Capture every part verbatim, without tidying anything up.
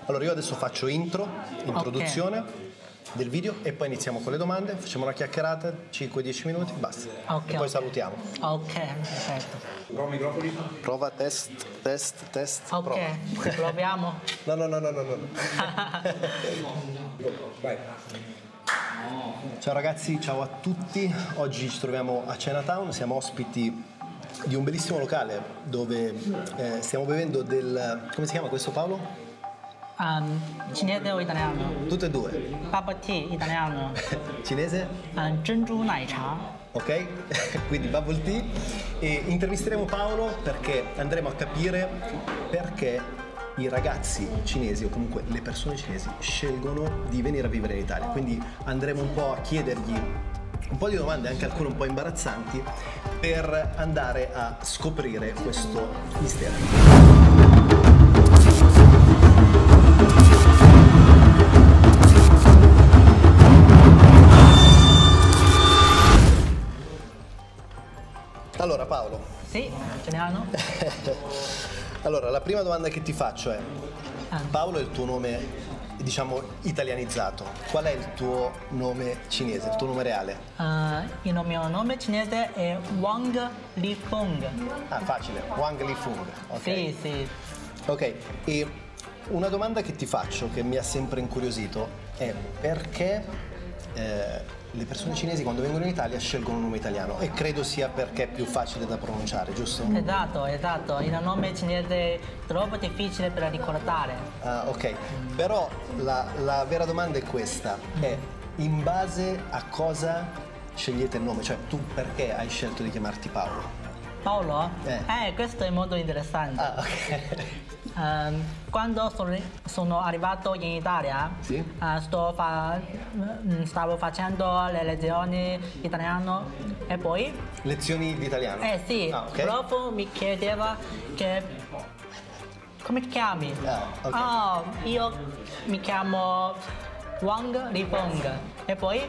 Allora io adesso faccio intro, introduzione okay. del video e poi iniziamo con le domande, facciamo una chiacchierata, cinque dieci minuti, basta. Okay, e poi okay. salutiamo. Ok, perfetto. Prova microfoni. Prova, test, test, test. Ok, prova. proviamo. No, no, no, no, no. no. Vai. Ciao ragazzi, ciao a tutti. Oggi ci troviamo a Chinatown, siamo ospiti di un bellissimo locale dove eh, stiamo bevendo del... come si chiama questo, Paolo? Um, cinese o italiano? Tutte e due. Bubble tea italiano. Cinese? Um, Zhenzhu Nai Cha. Ok, quindi bubble tea. E intervisteremo Paolo perché andremo a capire perché i ragazzi cinesi o comunque le persone cinesi scelgono di venire a vivere in Italia. Quindi andremo un po' a chiedergli un po' di domande, anche alcune un po' imbarazzanti, per andare a scoprire questo mistero. Allora Paolo. Sì, ce ne hanno. Allora, la prima domanda che ti faccio è: Paolo è il tuo nome, diciamo, italianizzato. Qual è il tuo nome cinese, il tuo nome reale? Uh, il mio nome cinese è Wang Lifeng. Ah, facile, Wang Lifeng. Okay. Sì, sì. Ok, e una domanda che ti faccio, che mi ha sempre incuriosito, è perché eh, le persone cinesi quando vengono in Italia scelgono un nome italiano, e credo sia perché è più facile da pronunciare, giusto? Esatto, esatto, il nome cinese è troppo difficile per ricordare. Ah, ok, però la, la vera domanda è questa, è in base a cosa scegliete il nome? Cioè tu perché hai scelto di chiamarti Paolo? Paolo? Eh, eh questo è molto interessante. Ah, ok. Um, quando sono, sono arrivato in Italia, sì? uh, sto fa, stavo facendo le lezioni italiano e poi... Lezioni di italiano? Eh sì, ah, okay. il prof mi chiedeva che... come ti chiami? Ah, okay. Oh, io mi chiamo Wang Lifeng e poi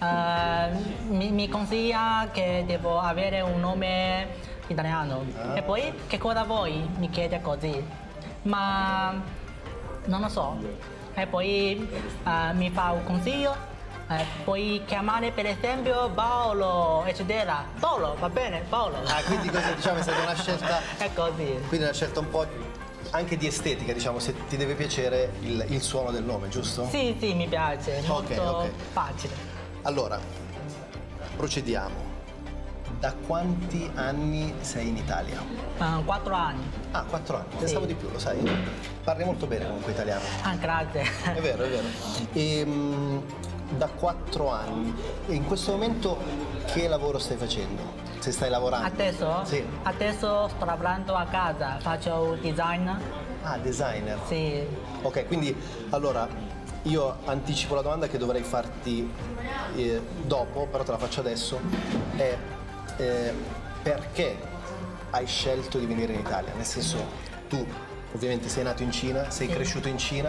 uh, mi, mi consiglia che devo avere un nome italiano. Ah. E poi che cosa vuoi? Mi chiede così. Ma non lo so, e poi uh, mi fa un consiglio, eh, puoi chiamare per esempio Paolo, eccetera. Paolo, va bene, Paolo. Ah, quindi cosa, diciamo, è stata una scelta, è così. Quindi una scelta un po' anche di estetica, diciamo, se ti deve piacere il, il suono del nome, giusto? Sì, sì, mi piace, è molto okay, okay. facile. Allora, procediamo. Da quanti anni sei in Italia? Uh, quattro anni. Ah, quattro anni, pensavo sì. di più, lo sai? Parli molto bene comunque italiano. Ah, grazie. È vero, è vero. E, um, da quattro anni, e in questo momento che lavoro stai facendo? Se stai lavorando? Adesso? Sì. Adesso sto lavorando a casa, faccio design. Ah, designer? Sì. Ok, quindi allora io anticipo la domanda che dovrei farti eh, dopo, però te la faccio adesso. È Eh, perché hai scelto di venire in Italia? Nel senso, tu ovviamente sei nato in Cina, sei sì. cresciuto in Cina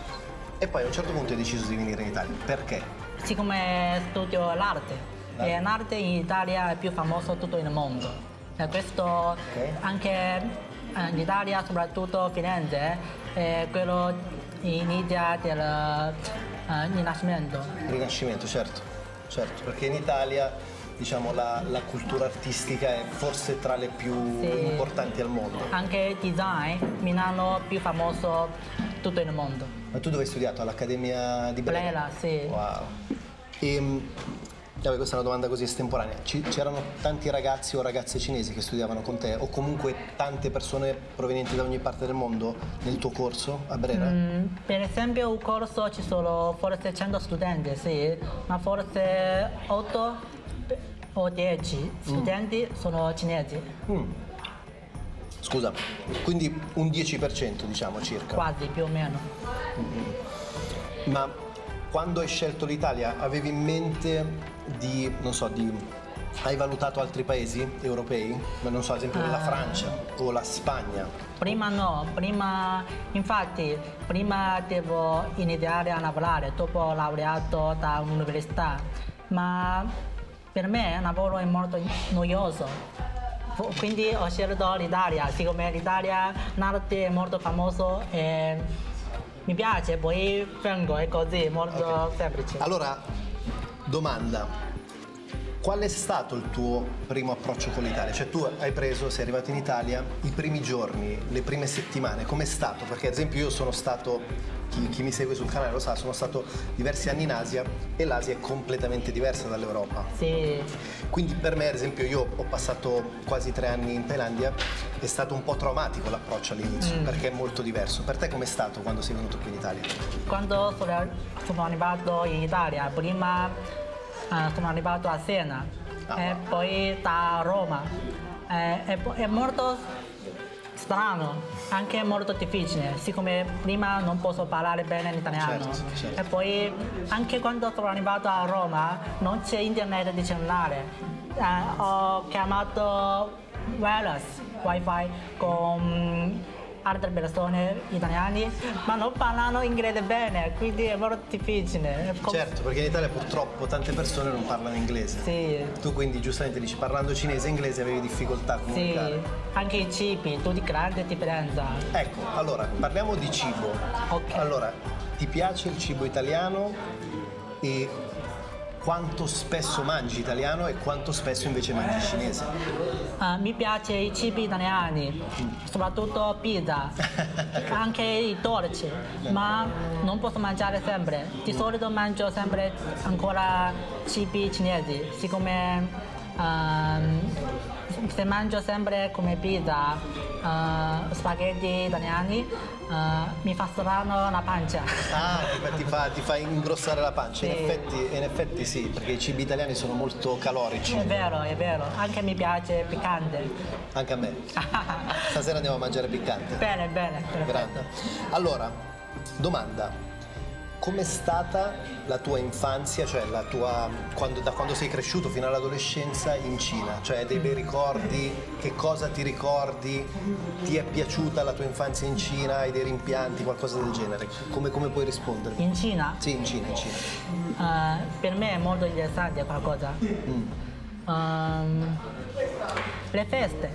e poi a un certo punto hai deciso di venire in Italia. Perché? Siccome studio l'arte ah. e l'arte in Italia è più famoso tutto il mondo. E questo okay. anche in Italia, soprattutto Firenze, è quello inizia del uh, Rinascimento. Rinascimento, certo, certo, perché in Italia diciamo la, la cultura artistica è forse tra le più sì. importanti al mondo. Anche design, Milano più famoso tutto il mondo. Ma tu dove hai studiato? All'Accademia di Brera? Brera, sì. Wow. E, vabbè, questa è una domanda così estemporanea. C- c'erano tanti ragazzi o ragazze cinesi che studiavano con te, o comunque tante persone provenienti da ogni parte del mondo nel tuo corso a Brera? Mm, per esempio un corso ci sono forse cento studenti, sì, ma forse otto o dieci studenti mm. sono cinesi. Mm. Scusa, quindi un dieci per cento diciamo circa? Quasi, più o meno. Mm-hmm. Ma quando hai scelto l'Italia avevi in mente di, non so, di... hai valutato altri paesi europei? Ma non so, ad esempio uh, la Francia o la Spagna? Prima no, prima, infatti, prima devo iniziare a lavorare dopo laureato da università, ma per me il lavoro è molto noioso, quindi ho scelto l'Italia, siccome l'Italia l'arte è molto famoso e mi piace, poi vengo, è così, molto Ok. semplice. Allora, domanda, qual è stato il tuo primo approccio con l'Italia? Cioè tu hai preso, sei arrivato in Italia, i primi giorni, le prime settimane, com'è stato? Perché ad esempio io sono stato, chi, chi mi segue sul canale lo sa, sono stato diversi anni in Asia e l'Asia è completamente diversa dall'Europa. Sì, Quindi per me, ad esempio, io ho passato quasi tre anni in Thailandia, è stato un po' traumatico l'approccio all'inizio, perché è molto diverso. Per te com'è stato quando sei venuto qui in Italia? quando sono, sono arrivato in Italia, prima eh, sono arrivato a Siena Ah, e wow. poi da Roma. Eh, è, è molto strano, anche molto difficile, siccome prima non posso parlare bene l'italiano. Certo, certo. E poi anche quando sono arrivato a Roma non c'è internet di cellulare. Eh, ho chiamato wireless wifi con altre persone italiane, ma non parlano inglese bene, quindi è molto difficile. È com- Certo, perché in Italia purtroppo tante persone non parlano inglese. Sì, Tu quindi giustamente dici parlando cinese e inglese avevi difficoltà a sì, comunicare. anche i cibi, tutti grande differenza. Ecco, allora parliamo di cibo. Ok. Allora, ti piace il cibo italiano e quanto spesso mangi italiano e quanto spesso invece mangi cinese? Ah, mi piace i cibi italiani, soprattutto pizza, anche i dolci, ma non posso mangiare sempre. Di solito mangio sempre ancora cibi cinesi, siccome ehm, se mangio sempre come pizza, eh, spaghetti italiani, eh, mi fa strano la pancia. Ah, ti fa, ti fa, ti fa ingrossare la pancia. In, Sì. effetti, in effetti sì, perché i cibi italiani sono molto calorici. È vero, è vero, anche mi piace piccante. Anche a me. Stasera andiamo a mangiare piccante. Bene, bene, perfetto. Grande. Allora, domanda. Com'è stata la tua infanzia, cioè la tua, quando, da quando sei cresciuto fino all'adolescenza in Cina? Cioè hai dei bei ricordi? Che cosa ti ricordi? Ti è piaciuta la tua infanzia in Cina? Hai dei rimpianti, qualcosa del genere? Come, come puoi rispondere? In Cina, Sì, in Cina, in Cina. eh, per me è molto interessante qualcosa. Ehm, le feste.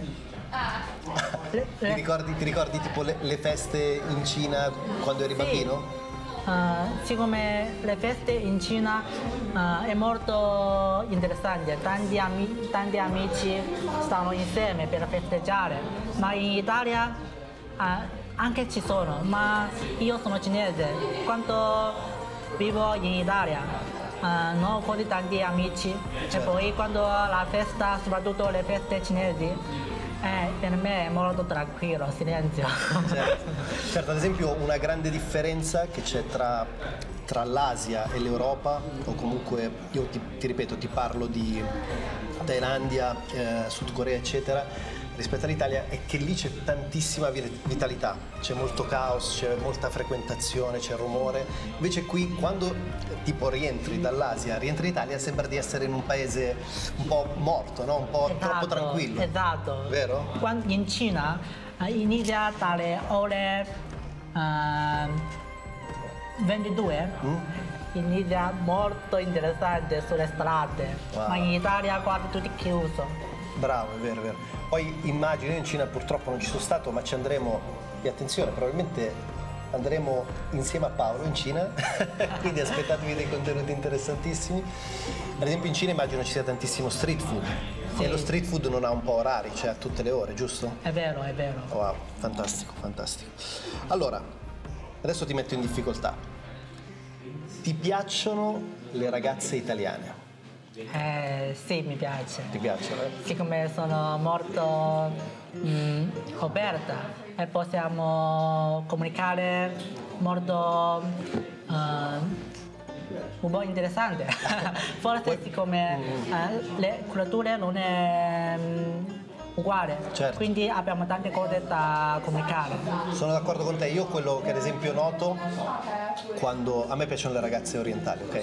Le- Ti le- ricordi, ti ricordi tipo le, le feste in Cina quando eri Sì. bambino? eh, siccome le feste in Cina eh, è molto interessante, tanti, ami- tanti amici stanno insieme per festeggiare, ma in Italia eh, anche ci sono, ma io sono cinese, quando vivo in Italia eh, non ho così tanti amici e poi quando la festa, soprattutto le feste cinesi, eh, per me è molto tranquillo, silenzio. Certo. Certo, ad esempio una grande differenza che c'è tra, tra l'Asia e l'Europa, o comunque io ti, ti ripeto, ti parlo di Thailandia, eh, Sud Corea eccetera, rispetto all'Italia è che lì c'è tantissima vi- vitalità, c'è molto caos, c'è molta frequentazione, c'è rumore. Invece qui quando eh, tipo rientri dall'Asia, rientri in Italia sembra di essere in un paese un po' morto, no? Un po' troppo tranquillo. Esatto. Vero? Quando in Cina eh, inizia dalle ore eh, ventidue, Mm? inizia molto interessante sulle strade, Wow. ma in Italia quasi tutti chiuso. Bravo, è vero, è vero. Poi immagino, io in Cina purtroppo non ci sono stato, ma ci andremo, e attenzione, probabilmente andremo insieme a Paolo in Cina, quindi aspettatevi dei contenuti interessantissimi. Ad esempio in Cina immagino ci sia tantissimo street food, Sì. e lo street food non ha un po' orari, cioè a tutte le ore, giusto? È vero, è vero. Wow, fantastico, fantastico. Allora, adesso ti metto in difficoltà. Ti piacciono le ragazze italiane? Eh, sì, mi piace. Ti piacciono? Eh? Siccome sono molto mm, aperta e possiamo comunicare molto eh, un po' interessante. Forse siccome eh, le culture non è mm, uguale, Certo. quindi abbiamo tante cose da comunicare. Sono d'accordo con te, io quello che ad esempio noto quando a me piacciono le ragazze orientali, ok?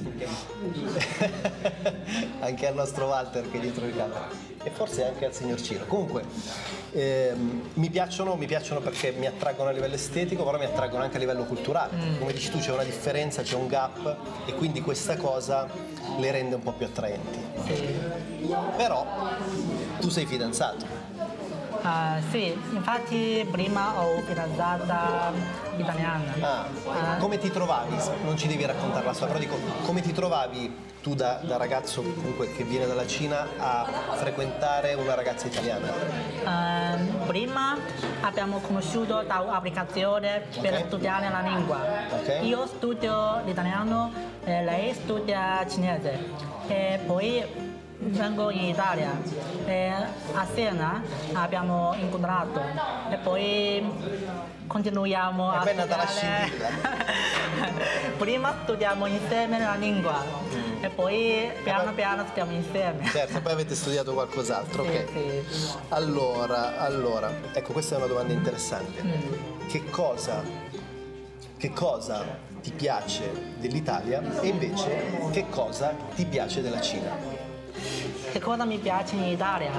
Anche al nostro Walter che è dietro di camera e forse anche al signor Ciro. Comunque ehm, mi piacciono, mi piacciono perché mi attraggono a livello estetico, però mi attraggono anche a livello culturale. Come dici tu c'è una differenza, c'è un gap e quindi questa cosa le rende un po' più attraenti. Sì. Però tu sei fidanzato. Ah, sì, infatti prima ho una fidanzata italiana. Ah, Ah, come ti trovavi? Non ci devi raccontare la storia, però dico, come ti trovavi tu da, da ragazzo comunque che viene dalla Cina a frequentare una ragazza italiana? ehm, prima abbiamo conosciuto da un'applicazione per Ok. studiare la lingua. Ok. Io studio l'italiano e lei studia cinese. E poi vengo in Italia e a Siena abbiamo incontrato e poi continuiamo È a appena dalla studiare. Prima studiamo insieme la lingua e poi piano piano stiamo insieme. Certo, poi avete studiato qualcos'altro, ok. Sì, sì. Allora, allora, ecco, questa è una domanda interessante. Che cosa, che cosa ti piace dell'Italia e invece che cosa ti piace della Cina? Che cosa mi piace in Italia?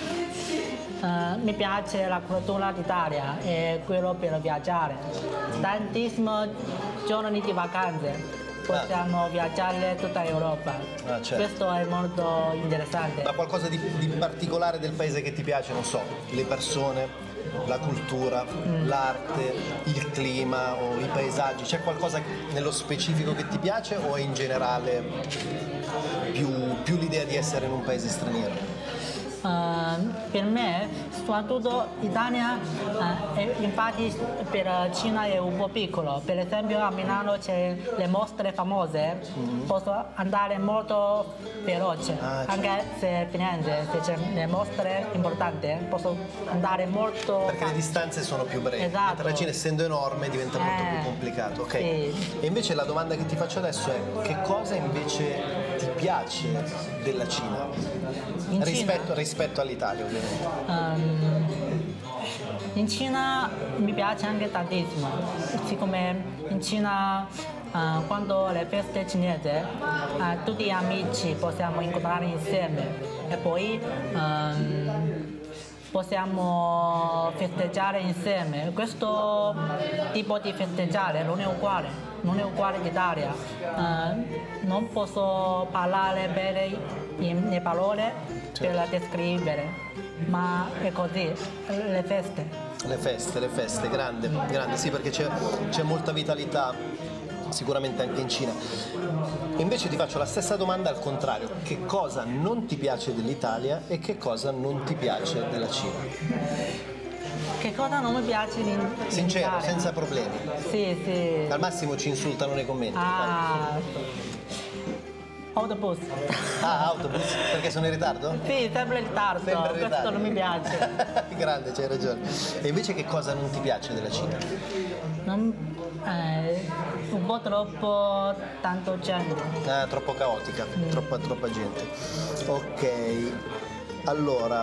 Eh, mi piace la cultura d'Italia e quello per viaggiare. Tantissimi giorni di vacanze. Possiamo viaggiare tutta Europa. Ah, certo. Questo è molto interessante. Ma qualcosa di, di particolare del paese che ti piace, non so, le persone, la cultura, l'arte, il clima o i paesaggi? C'è qualcosa nello specifico che ti piace o è in generale più, più l'idea di essere in un paese straniero? Eh, per me, soprattutto Italia, eh, è- infatti per Cina è un po' piccolo. Per esempio a Milano c'è le mostre famose, posso andare molto veloce, Ah, certo. anche se Firenze, se c'è le mostre importanti, posso andare molto Perché le distanze sono più brevi, Esatto. mentre la Cina essendo enorme diventa molto Eh, più complicato. Ok. sì. E invece la domanda che ti faccio adesso è che cosa invece ti piace della Cina? In rispetto, Cina? rispetto all'Italia, ovviamente. Ehm, in Cina mi piace anche tantissimo, siccome in Cina eh, quando le feste cinesi eh, tutti gli amici possiamo incontrare insieme e poi ehm, possiamo festeggiare insieme. Questo tipo di festeggiare non è uguale, non è uguale d'Italia. Eh, non posso parlare bene in- le parole per descrivere, ma è così, le feste. Le feste, le feste, grande, grande, sì, perché c'è, c'è molta vitalità sicuramente anche in Cina. E invece ti faccio la stessa domanda al contrario: che cosa non ti piace dell'Italia e che cosa non ti piace della Cina? Che cosa non mi piace in, in Sincero, Italia? senza problemi. Sì, sì. Al massimo ci insultano nei commenti. Ah, autobus. Ah, autobus, perché sono in ritardo? Sì, sempre in ritardo, Sempre in questo ritardo. non mi piace. Grande, c'hai ragione. E invece che cosa non ti piace della Cina? Non, eh, un po' troppo tanto gente. Ah, troppo caotica, troppa, troppa gente. Ok, allora,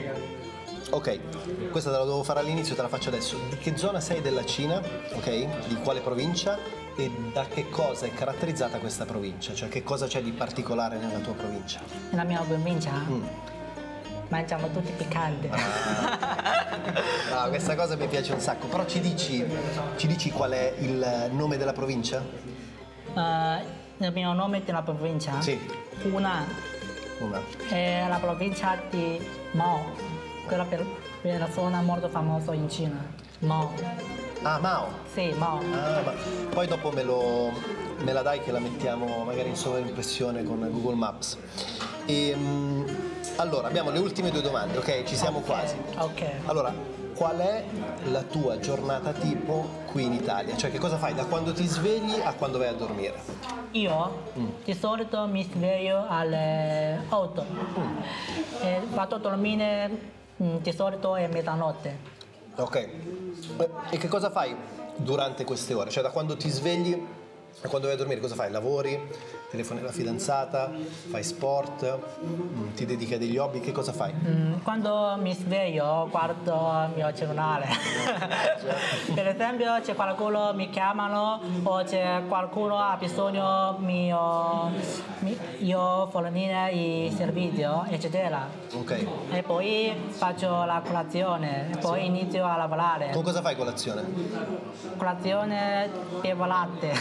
ok, questa te la dovevo fare all'inizio, te la faccio adesso. Di che zona sei della Cina? Ok, di quale provincia? E da che cosa è caratterizzata questa provincia? Cioè che cosa c'è di particolare nella tua provincia? Nella mia provincia Mm. mangiamo tutti piccanti. No, questa cosa mi piace un sacco, però ci dici, ci dici qual è il nome della provincia? Eh, il mio nome della provincia? Sì. Una Una. è la provincia di Mao, quella per, per la zona molto famosa in Cina. Mao. Ah, Mao. Sì, Mao. Ah, ma poi dopo me, lo, me la dai che la mettiamo magari in sovraimpressione con Google Maps. E, mm, allora, abbiamo le ultime due domande, ok? Ci siamo Ok, quasi. ok. Allora, qual è la tua giornata tipo qui in Italia? Cioè che cosa fai da quando ti svegli a quando vai a dormire? Io di solito mi sveglio alle otto e vado a dormire mm, di solito è mezzanotte. Ok. Eh, E che cosa fai durante queste ore? Cioè da quando ti svegli a quando vai a dormire cosa fai? Lavori? Telefoni alla fidanzata? Fai sport? Mm, Ti dedichi a degli hobby? Che cosa fai? Mm, Quando mi sveglio guardo il mio cellulare. Per esempio c'è qualcuno mi chiamano o c'è qualcuno ha bisogno mio, mi- io fornire i servizi eccetera. Ok. E poi faccio la colazione e poi inizio a lavorare. Con cosa fai colazione? Colazione bevo latte. Ah,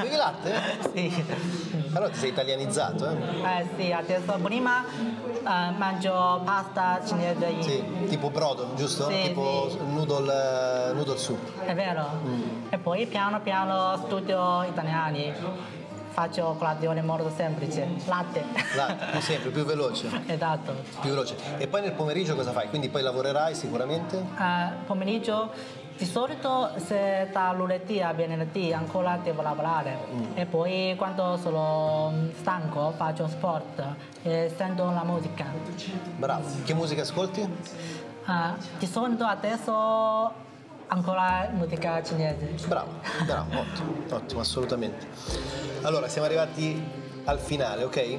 bevi latte? Sì. Allora ti sei italianizzato, eh? Eh sì, adesso prima eh, mangio pasta cinese. in- Sì, tipo brodo, giusto? Sì, Tipo sì. noodle, noodle soup. È vero. Mm. E poi piano piano studio italiani. Faccio colazione molto semplice. Latte. Latte, più sempre, più veloce. Esatto. Più veloce. E poi nel pomeriggio cosa fai? Quindi poi lavorerai sicuramente? Eh, pomeriggio di solito se da lunedì a venerdì ancora devo lavorare e poi quando sono stanco faccio sport e sento la musica. Bravo. Che musica ascolti? Eh, di solito adesso ancora musica cinese. Bravo, bravo, ottimo, ottimo, assolutamente. Allora, siamo arrivati al finale, ok?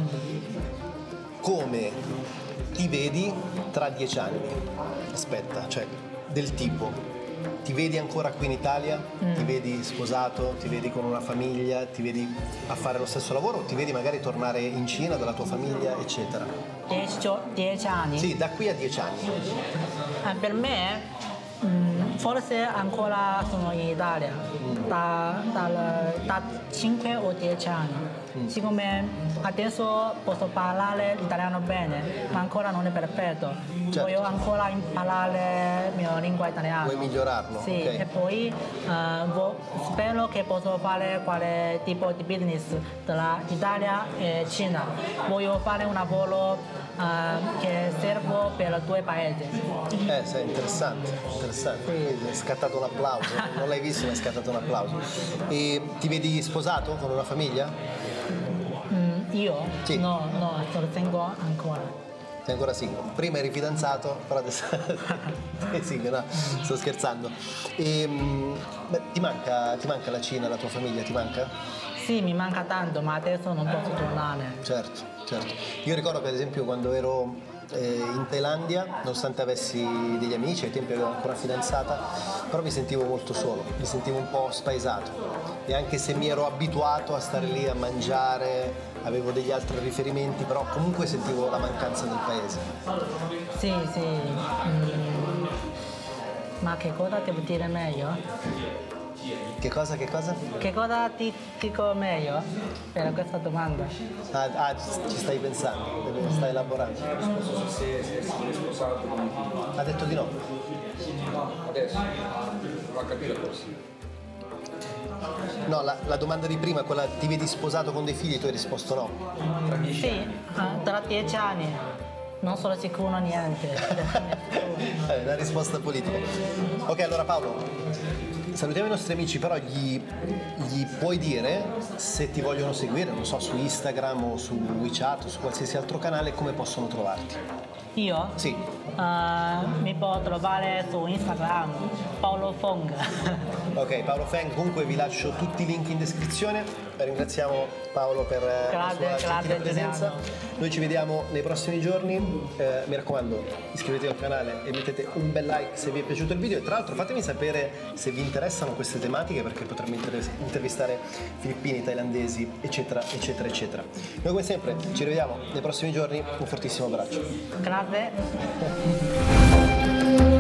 Come ti vedi tra dieci anni? Aspetta, cioè, del tipo, ti vedi ancora qui in Italia? Mm. Ti vedi sposato? Ti vedi con una famiglia? Ti vedi a fare lo stesso lavoro? O ti vedi magari tornare in Cina dalla tua famiglia, eccetera? Dieci, gio- dieci anni. Sì, da qui a dieci anni. Eh, per me mm, forse ancora sono in Italia da, dal- da cinque o dieci anni. Siccome adesso posso parlare l'italiano bene, ma ancora non è perfetto. Certo. Voglio ancora imparare la mia lingua italiana. Vuoi migliorarlo? Sì, ok. e poi eh, vo- spero che posso fare quale tipo di business tra Italia e Cina. Voglio fare un lavoro eh, che serve per due paesi. Eh, sei interessante, interessante. Quindi è scattato un applauso. Non l'hai visto, ma è scattato un applauso. E ti vedi sposato con una famiglia? Mm, io? Sì. No, no, sono single ancora. Sei ancora single. Prima eri fidanzato, però adesso sei single, no? Sto scherzando. E, mm, beh, ti manca, ti manca la Cina, la tua famiglia, ti manca? Sì, mi manca tanto, ma adesso non posso tornare. Certo, certo. Io ricordo per esempio quando ero eh, in Thailandia, nonostante avessi degli amici, ai tempi avevo ancora una fidanzata, però mi sentivo molto solo, mi sentivo un po' spaesato. E anche se mi ero abituato a stare lì a mangiare, avevo degli altri riferimenti, però comunque sentivo la mancanza del paese. Sì, sì. Mm, ma che cosa devo dire meglio? Che cosa, che cosa? Che cosa ti dico meglio per questa domanda? Ah, ah, ci stai pensando, stai elaborando. Ha detto di no. Adesso va a capire forse. No, la, la domanda di prima, quella ti vedi sposato con dei figli, tu hai risposto no. Sì, eh, tra dieci anni. Non sono sicuro niente. È una risposta politica. Ok, allora Paolo, salutiamo i nostri amici, però gli, gli puoi dire se ti vogliono seguire, non so, su Instagram o su WeChat o su qualsiasi altro canale, come possono trovarti? Io? Sì. Eh, mi può trovare su Instagram, Paolo Fong. Ok, Paolo Feng, comunque vi lascio tutti i link in descrizione. Ringraziamo Paolo per la Grazie, sua grazie, gentile presenza. Giuliano. Noi ci vediamo nei prossimi giorni. Eh, mi raccomando, iscrivetevi al canale e mettete un bel like se vi è piaciuto il video. E tra l'altro fatemi sapere se vi interessano queste tematiche, perché potremmo inter- intervistare filippini, thailandesi, eccetera, eccetera, eccetera. Noi come sempre ci rivediamo nei prossimi giorni. Un fortissimo abbraccio. Grazie.